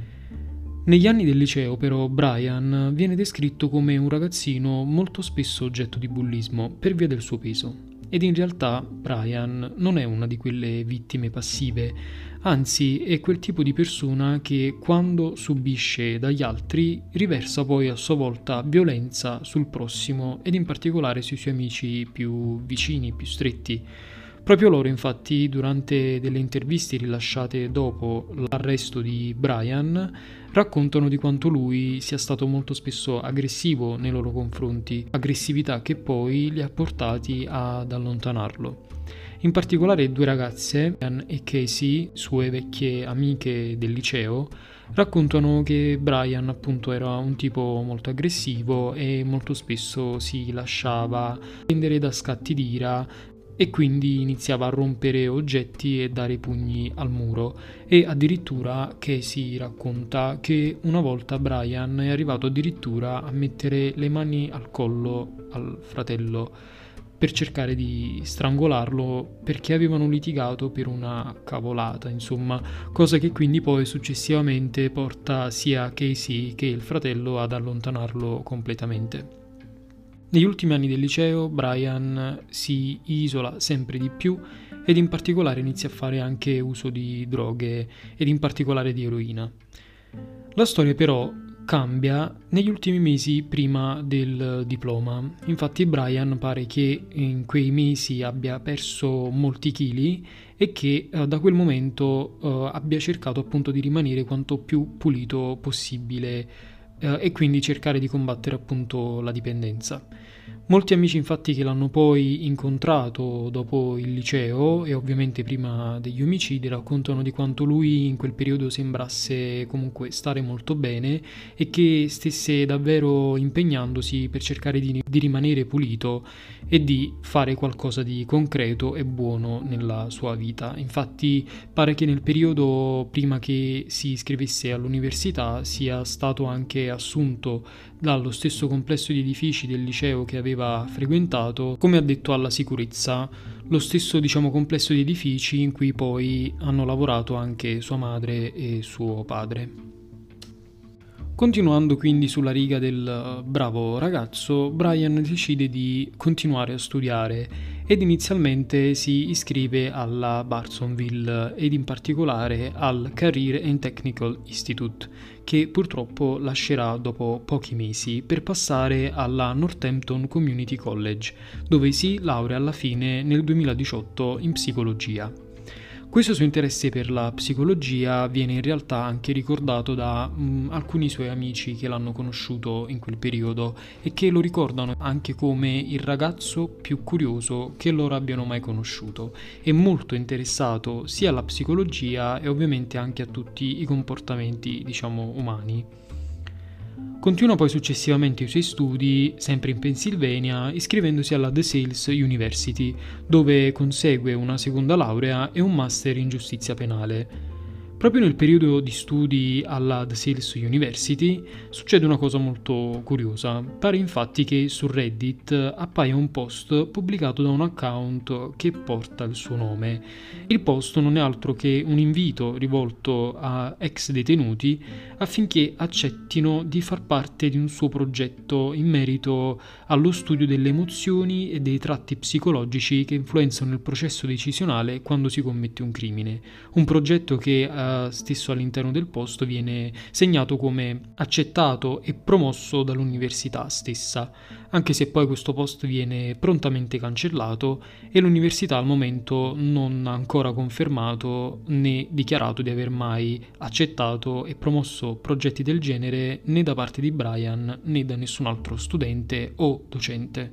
Negli anni del liceo però Brian viene descritto come un ragazzino molto spesso oggetto di bullismo per via del suo peso. Ed in realtà Brian non è una di quelle vittime passive, anzi è quel tipo di persona che quando subisce dagli altri riversa poi a sua volta violenza sul prossimo ed in particolare sui suoi amici più vicini, più stretti. Proprio loro infatti durante delle interviste rilasciate dopo l'arresto di Brian raccontano di quanto lui sia stato molto spesso aggressivo nei loro confronti, aggressività che poi li ha portati ad allontanarlo. In particolare due ragazze, Anne e Casey, sue vecchie amiche del liceo, raccontano che Brian appunto era un tipo molto aggressivo e molto spesso si lasciava prendere da scatti d'ira e quindi iniziava a rompere oggetti e dare pugni al muro. E addirittura Casey racconta che una volta Brian è arrivato addirittura a mettere le mani al collo al fratello per cercare di strangolarlo perché avevano litigato per una cavolata, insomma, cosa che quindi poi successivamente porta sia Casey che il fratello ad allontanarlo completamente. Negli ultimi anni del liceo Brian si isola sempre di più ed in particolare inizia a fare anche uso di droghe ed in particolare di eroina. La storia però cambia negli ultimi mesi prima del diploma. Infatti Brian pare che in quei mesi abbia perso molti chili e che eh, da quel momento eh, abbia cercato appunto di rimanere quanto più pulito possibile e quindi cercare di combattere appunto la dipendenza. Molti amici infatti che l'hanno poi incontrato dopo il liceo e ovviamente prima degli omicidi raccontano di quanto lui in quel periodo sembrasse comunque stare molto bene e che stesse davvero impegnandosi per cercare di, di rimanere pulito e di fare qualcosa di concreto e buono nella sua vita. Infatti pare che nel periodo prima che si iscrivesse all'università sia stato anche assunto dallo stesso complesso di edifici del liceo che aveva frequentato come addetto alla sicurezza, lo stesso diciamo complesso di edifici in cui poi hanno lavorato anche sua madre e suo padre. Continuando quindi sulla riga del bravo ragazzo, Brian decide di continuare a studiare ed inizialmente si iscrive alla Barnsonville ed in particolare al Career and Technical Institute, che purtroppo lascerà dopo pochi mesi per passare alla Northampton Community College, dove si laurea alla fine nel duemiladiciotto in psicologia. Questo suo interesse per la psicologia viene in realtà anche ricordato da mh, alcuni suoi amici che l'hanno conosciuto in quel periodo e che lo ricordano anche come il ragazzo più curioso che loro abbiano mai conosciuto e molto interessato sia alla psicologia e ovviamente anche a tutti i comportamenti, diciamo, umani. Continua poi successivamente i suoi studi, sempre in Pennsylvania, iscrivendosi alla DeSales University, dove consegue una seconda laurea e un master in giustizia penale. Proprio nel periodo di studi alla DeSales University succede una cosa molto curiosa. Pare infatti che su Reddit appaia un post pubblicato da un account che porta il suo nome. Il post non è altro che un invito rivolto a ex detenuti affinché accettino di far parte di un suo progetto in merito allo studio delle emozioni e dei tratti psicologici che influenzano il processo decisionale quando si commette un crimine. Un progetto che eh, stesso all'interno del post viene segnato come accettato e promosso dall'università stessa, anche se poi questo post viene prontamente cancellato e l'università al momento non ha ancora confermato né dichiarato di aver mai accettato e promosso progetti del genere né da parte di Brian né da nessun altro studente o docente.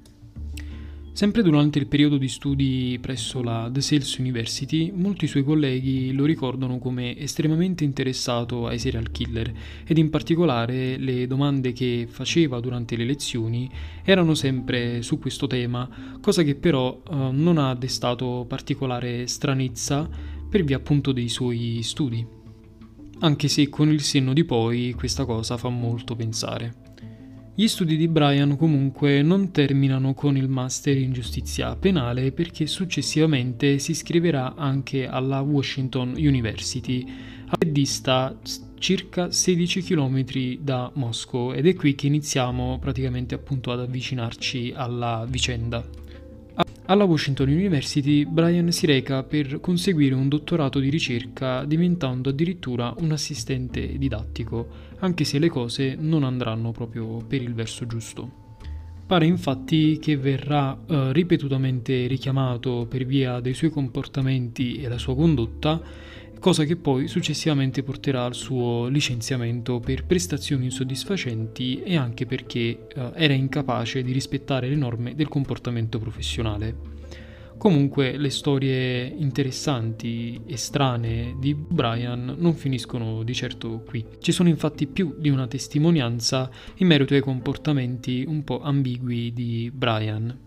Sempre durante il periodo di studi presso la DeSales University, molti suoi colleghi lo ricordano come estremamente interessato ai serial killer ed in particolare le domande che faceva durante le lezioni erano sempre su questo tema, cosa che però eh, non ha destato particolare stranezza per via appunto dei suoi studi, anche se con il senno di poi questa cosa fa molto pensare. Gli studi di Brian comunque non terminano con il master in giustizia penale perché successivamente si iscriverà anche alla Washington University, che dista circa sedici chilometri da Moscow ed è qui che iniziamo praticamente appunto ad avvicinarci alla vicenda. Alla Washington University Brian si reca per conseguire un dottorato di ricerca diventando addirittura un assistente didattico, anche se le cose non andranno proprio per il verso giusto. Pare infatti che verrà eh, ripetutamente richiamato per via dei suoi comportamenti e la sua condotta, cosa che poi successivamente porterà al suo licenziamento per prestazioni insoddisfacenti e anche perché eh, era incapace di rispettare le norme del comportamento professionale. Comunque le storie interessanti e strane di Brian non finiscono di certo qui. Ci sono infatti più di una testimonianza in merito ai comportamenti un po' ambigui di Brian.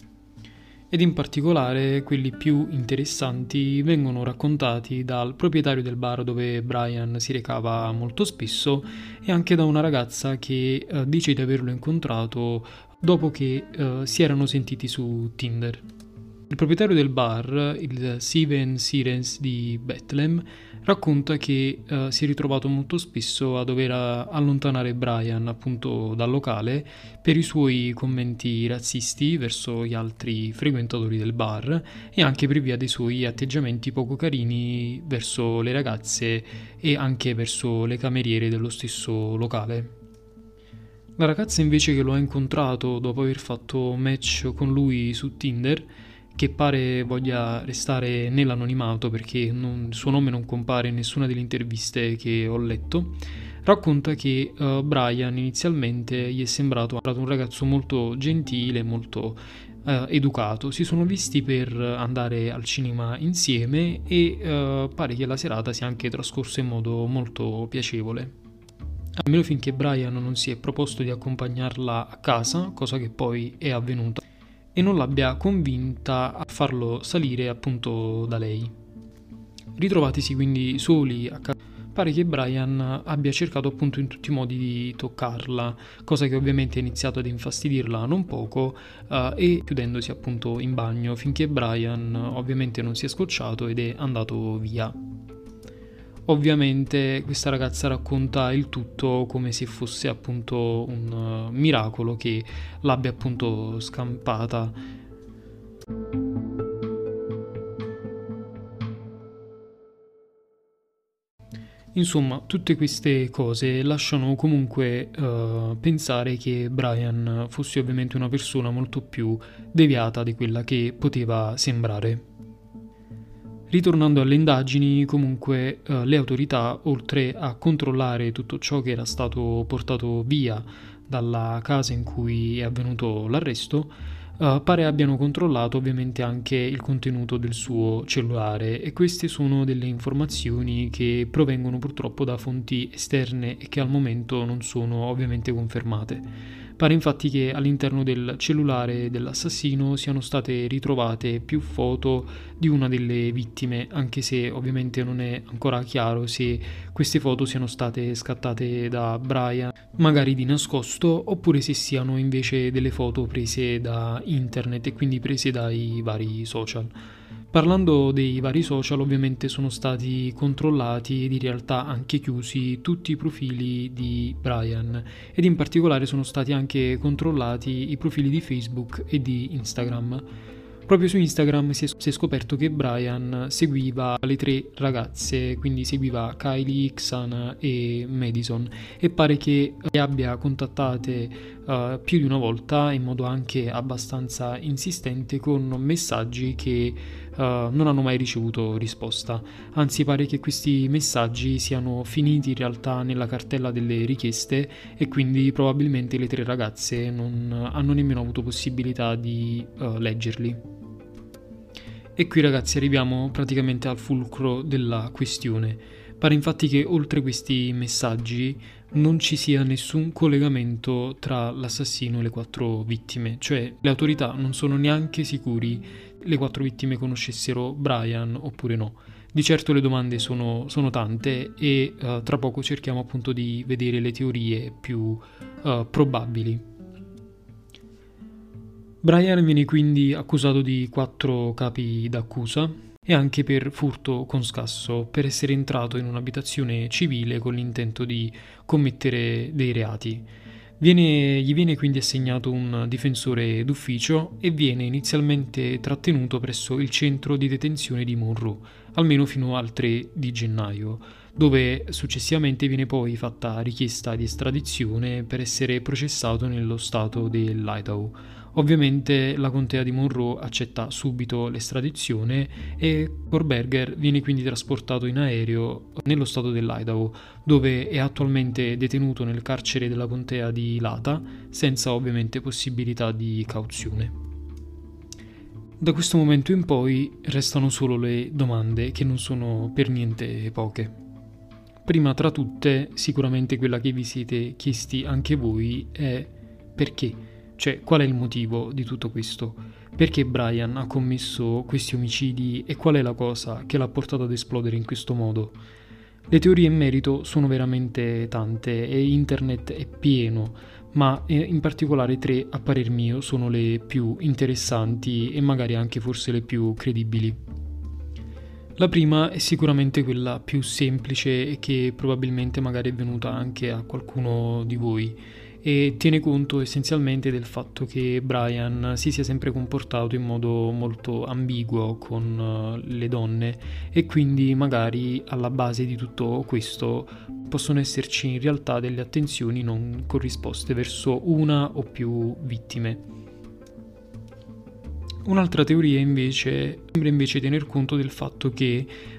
Ed in particolare quelli più interessanti vengono raccontati dal proprietario del bar dove Brian si recava molto spesso e anche da una ragazza che eh, dice di averlo incontrato dopo che eh, si erano sentiti su Tinder. Il proprietario del bar, il Seven Sirens di Bethlehem, racconta che eh, si è ritrovato molto spesso a dover allontanare Brian appunto dal locale per i suoi commenti razzisti verso gli altri frequentatori del bar e anche per via dei suoi atteggiamenti poco carini verso le ragazze e anche verso le cameriere dello stesso locale. La ragazza invece che lo ha incontrato dopo aver fatto match con lui su Tinder, che pare voglia restare nell'anonimato perché non, il suo nome non compare in nessuna delle interviste che ho letto, racconta che uh, Brian inizialmente gli è sembrato un ragazzo molto gentile, molto uh, educato. Si sono visti per andare al cinema insieme e uh, pare che la serata sia anche trascorsa in modo molto piacevole. Almeno finché Brian non si è proposto di accompagnarla a casa, cosa che poi è avvenuta, e non l'abbia convinta a farlo salire appunto da lei. Ritrovatisi quindi soli a casa, pare che Brian abbia cercato appunto in tutti i modi di toccarla, cosa che ovviamente ha iniziato ad infastidirla non poco, uh, e chiudendosi appunto in bagno finché Brian ovviamente non si è scocciato ed è andato via. Ovviamente questa ragazza racconta il tutto come se fosse appunto un uh, miracolo che l'abbia appunto scampata. Insomma, tutte queste cose lasciano comunque uh, pensare che Brian fosse ovviamente una persona molto più deviata di quella che poteva sembrare. Ritornando alle indagini, comunque eh, le autorità, oltre a controllare tutto ciò che era stato portato via dalla casa in cui è avvenuto l'arresto, eh, pare abbiano controllato ovviamente anche il contenuto del suo cellulare, e queste sono delle informazioni che provengono purtroppo da fonti esterne e che al momento non sono ovviamente confermate. Pare infatti che all'interno del cellulare dell'assassino siano state ritrovate più foto di una delle vittime, anche se ovviamente non è ancora chiaro se queste foto siano state scattate da Brian, magari di nascosto, oppure se siano invece delle foto prese da internet e quindi prese dai vari social. Parlando dei vari social, ovviamente sono stati controllati ed in realtà anche chiusi tutti i profili di Brian, ed in particolare sono stati anche controllati i profili di Facebook e di Instagram. Proprio su Instagram si è scoperto che Brian seguiva le tre ragazze, quindi seguiva Kylie, Xana e Madison, e pare che le abbia contattate uh, più di una volta in modo anche abbastanza insistente con messaggi che uh, non hanno mai ricevuto risposta. Anzi, pare che questi messaggi siano finiti in realtà nella cartella delle richieste e quindi probabilmente le tre ragazze non hanno nemmeno avuto possibilità di uh, leggerli. E qui ragazzi arriviamo praticamente al fulcro della questione. Pare infatti che oltre questi messaggi non ci sia nessun collegamento tra l'assassino e le quattro vittime, cioè le autorità non sono neanche sicuri le quattro vittime conoscessero Brian oppure no. Di certo le domande sono, sono tante e uh, tra poco cerchiamo appunto di vedere le teorie più uh, probabili. Brian viene quindi accusato di quattro capi d'accusa e anche per furto con scasso, per essere entrato in un'abitazione civile con l'intento di commettere dei reati. Viene, gli viene quindi assegnato un difensore d'ufficio e viene inizialmente trattenuto presso il centro di detenzione di Monroe, almeno fino al tre di gennaio, dove successivamente viene poi fatta richiesta di estradizione per essere processato nello stato dell'Idaho. Ovviamente la contea di Monroe accetta subito l'estradizione e Kohlberger viene quindi trasportato in aereo nello stato dell'Idaho, dove è attualmente detenuto nel carcere della contea di Lata, senza ovviamente possibilità di cauzione. Da questo momento in poi restano solo le domande, che non sono per niente poche. Prima tra tutte, sicuramente quella che vi siete chiesti anche voi è perché? Cioè, qual è il motivo di tutto questo? Perché Brian ha commesso questi omicidi e qual è la cosa che l'ha portato ad esplodere in questo modo? Le teorie in merito sono veramente tante e internet è pieno, ma in particolare tre, a parer mio, sono le più interessanti e magari anche forse le più credibili. La prima è sicuramente quella più semplice e che probabilmente magari è venuta anche a qualcuno di voi, e tiene conto essenzialmente del fatto che Brian si sia sempre comportato in modo molto ambiguo con le donne, e quindi magari alla base di tutto questo possono esserci in realtà delle attenzioni non corrisposte verso una o più vittime. Un'altra teoria invece sembra invece tener conto del fatto che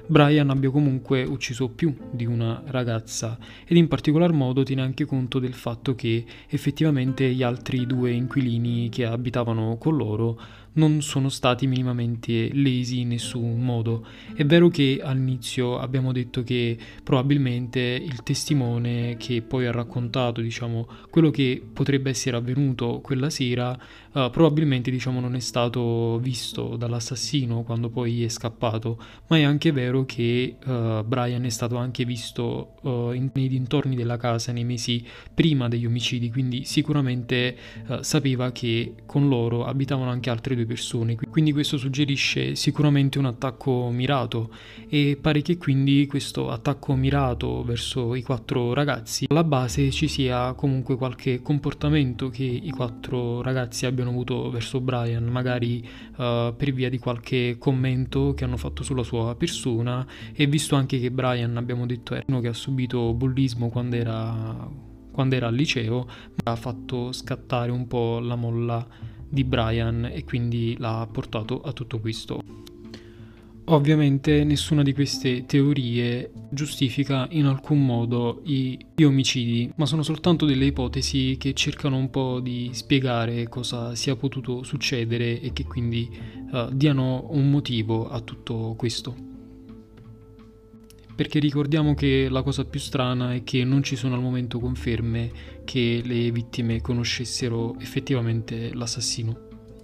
Brian abbia comunque ucciso più di una ragazza, ed in particolar modo tiene anche conto del fatto che effettivamente gli altri due inquilini che abitavano con loro non sono stati minimamente lesi in nessun modo. È vero che all'inizio abbiamo detto che probabilmente il testimone che poi ha raccontato, diciamo, quello che potrebbe essere avvenuto quella sera, uh, probabilmente, diciamo, non è stato visto dall'assassino quando poi è scappato, ma è anche vero che uh, Brian è stato anche visto uh, in, nei dintorni della casa nei mesi prima degli omicidi, quindi sicuramente uh, sapeva che con loro abitavano anche altre due persone, quindi questo suggerisce sicuramente un attacco mirato, e pare che quindi questo attacco mirato verso i quattro ragazzi alla base ci sia comunque qualche comportamento che i quattro ragazzi abbiano avuto verso Brian, magari uh, per via di qualche commento che hanno fatto sulla sua persona, e visto anche che Brian, abbiamo detto, è uno che ha subito bullismo quando era, quando era al liceo, ha fatto scattare un po' la molla di Brian e quindi l'ha portato a tutto questo. Ovviamente nessuna di queste teorie giustifica in alcun modo i, gli omicidi, ma sono soltanto delle ipotesi che cercano un po' di spiegare cosa sia potuto succedere e che quindi uh, diano un motivo a tutto questo. Perché ricordiamo che la cosa più strana è che non ci sono al momento conferme che le vittime conoscessero effettivamente l'assassino.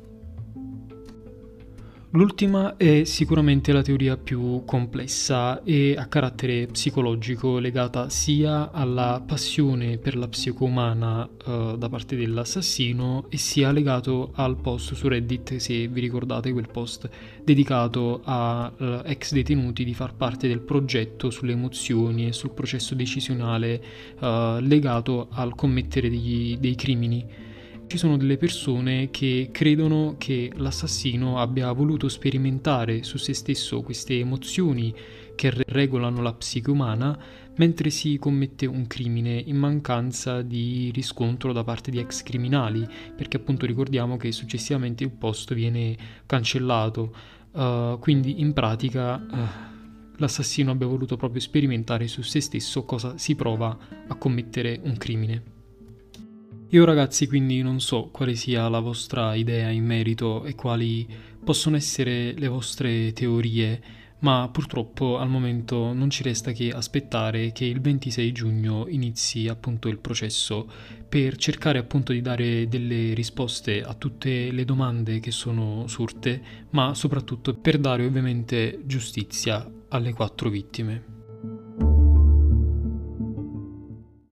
L'ultima è sicuramente la teoria più complessa e a carattere psicologico, legata sia alla passione per la psiche umana uh, da parte dell'assassino, e sia legato al post su Reddit, se vi ricordate quel post dedicato a uh, ex detenuti di far parte del progetto sulle emozioni e sul processo decisionale uh, legato al commettere degli, dei crimini. Ci sono delle persone che credono che l'assassino abbia voluto sperimentare su se stesso queste emozioni che regolano la psiche umana mentre si commette un crimine, in mancanza di riscontro da parte di ex criminali, perché appunto ricordiamo che successivamente il post viene cancellato, uh, quindi in pratica uh, l'assassino abbia voluto proprio sperimentare su se stesso cosa si prova a commettere un crimine. Io ragazzi quindi non so quale sia la vostra idea in merito e quali possono essere le vostre teorie, ma purtroppo al momento non ci resta che aspettare che il ventisei giugno inizi appunto il processo, per cercare appunto di dare delle risposte a tutte le domande che sono sorte, ma soprattutto per dare ovviamente giustizia alle quattro vittime.